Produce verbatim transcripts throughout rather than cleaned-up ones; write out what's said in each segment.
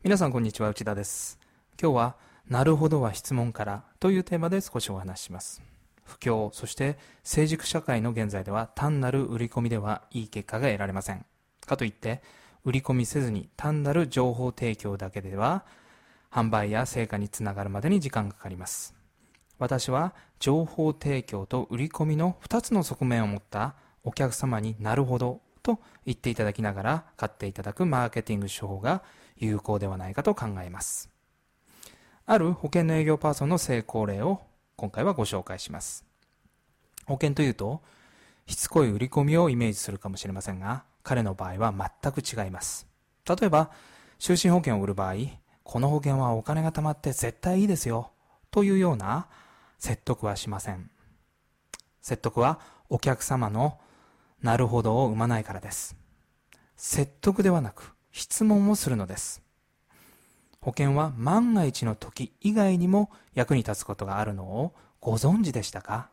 皆さんこんにちは、内田です。今日はなるほどは質問からというテーマで少しお話しします。不況、そして成熟社会の現在では単なる売り込みではいい結果が得られません。かといって売り込みせずに単なる情報提供だけでは販売や成果につながるまでに時間がかかります。私は情報提供と売り込みのふたつの側面を持ったお客様になるほどと言っていただきながら買っていただくマーケティング手法が有効ではないかと考えます。ある保険の営業パーソンの成功例を今回はご紹介します。保険というとしつこい売り込みをイメージするかもしれませんが、彼の場合は全く違います。例えば就寝保険を売る場合、この保険はお金が貯まって絶対いいですよというような説得はしません。説得はお客様のなるほどを生まないからです。説得ではなく質問をするのです。保険は万が一の時以外にも役に立つことがあるのをご存知でしたか？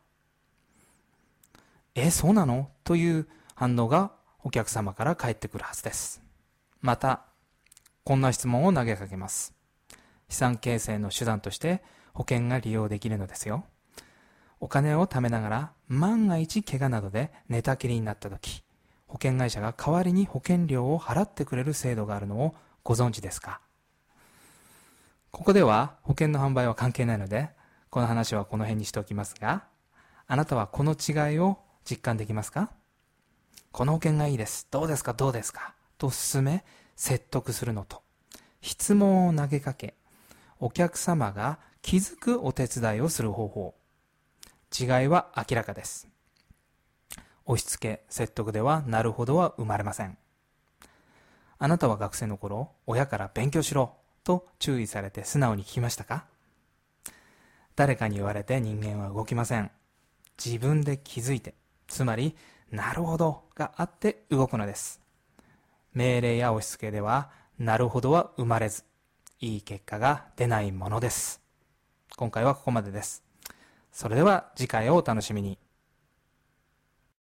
え、そうなの？という反応がお客様から返ってくるはずです。また、こんな質問を投げかけます。資産形成の手段として保険が利用できるのですよ。お金を貯めながら万が一怪我などで寝たきりになった時、保険会社が代わりに保険料を払ってくれる制度があるのをご存知ですか？ここでは保険の販売は関係ないので、この話はこの辺にしておきますが、あなたはこの違いを実感できますか？この保険がいいです。どうですかどうですかと勧め、説得するのと、質問を投げかけ、お客様が気づくお手伝いをする方法。違いは明らかです。押し付け、説得ではなるほどは生まれません。あなたは学生の頃、親から勉強しろと注意されて素直に聞きましたか？誰かに言われて人間は動きません。自分で気づいて、つまりなるほどがあって動くのです。命令や押し付けではなるほどは生まれず、いい結果が出ないものです。今回はここまでです。それでは次回をお楽しみに。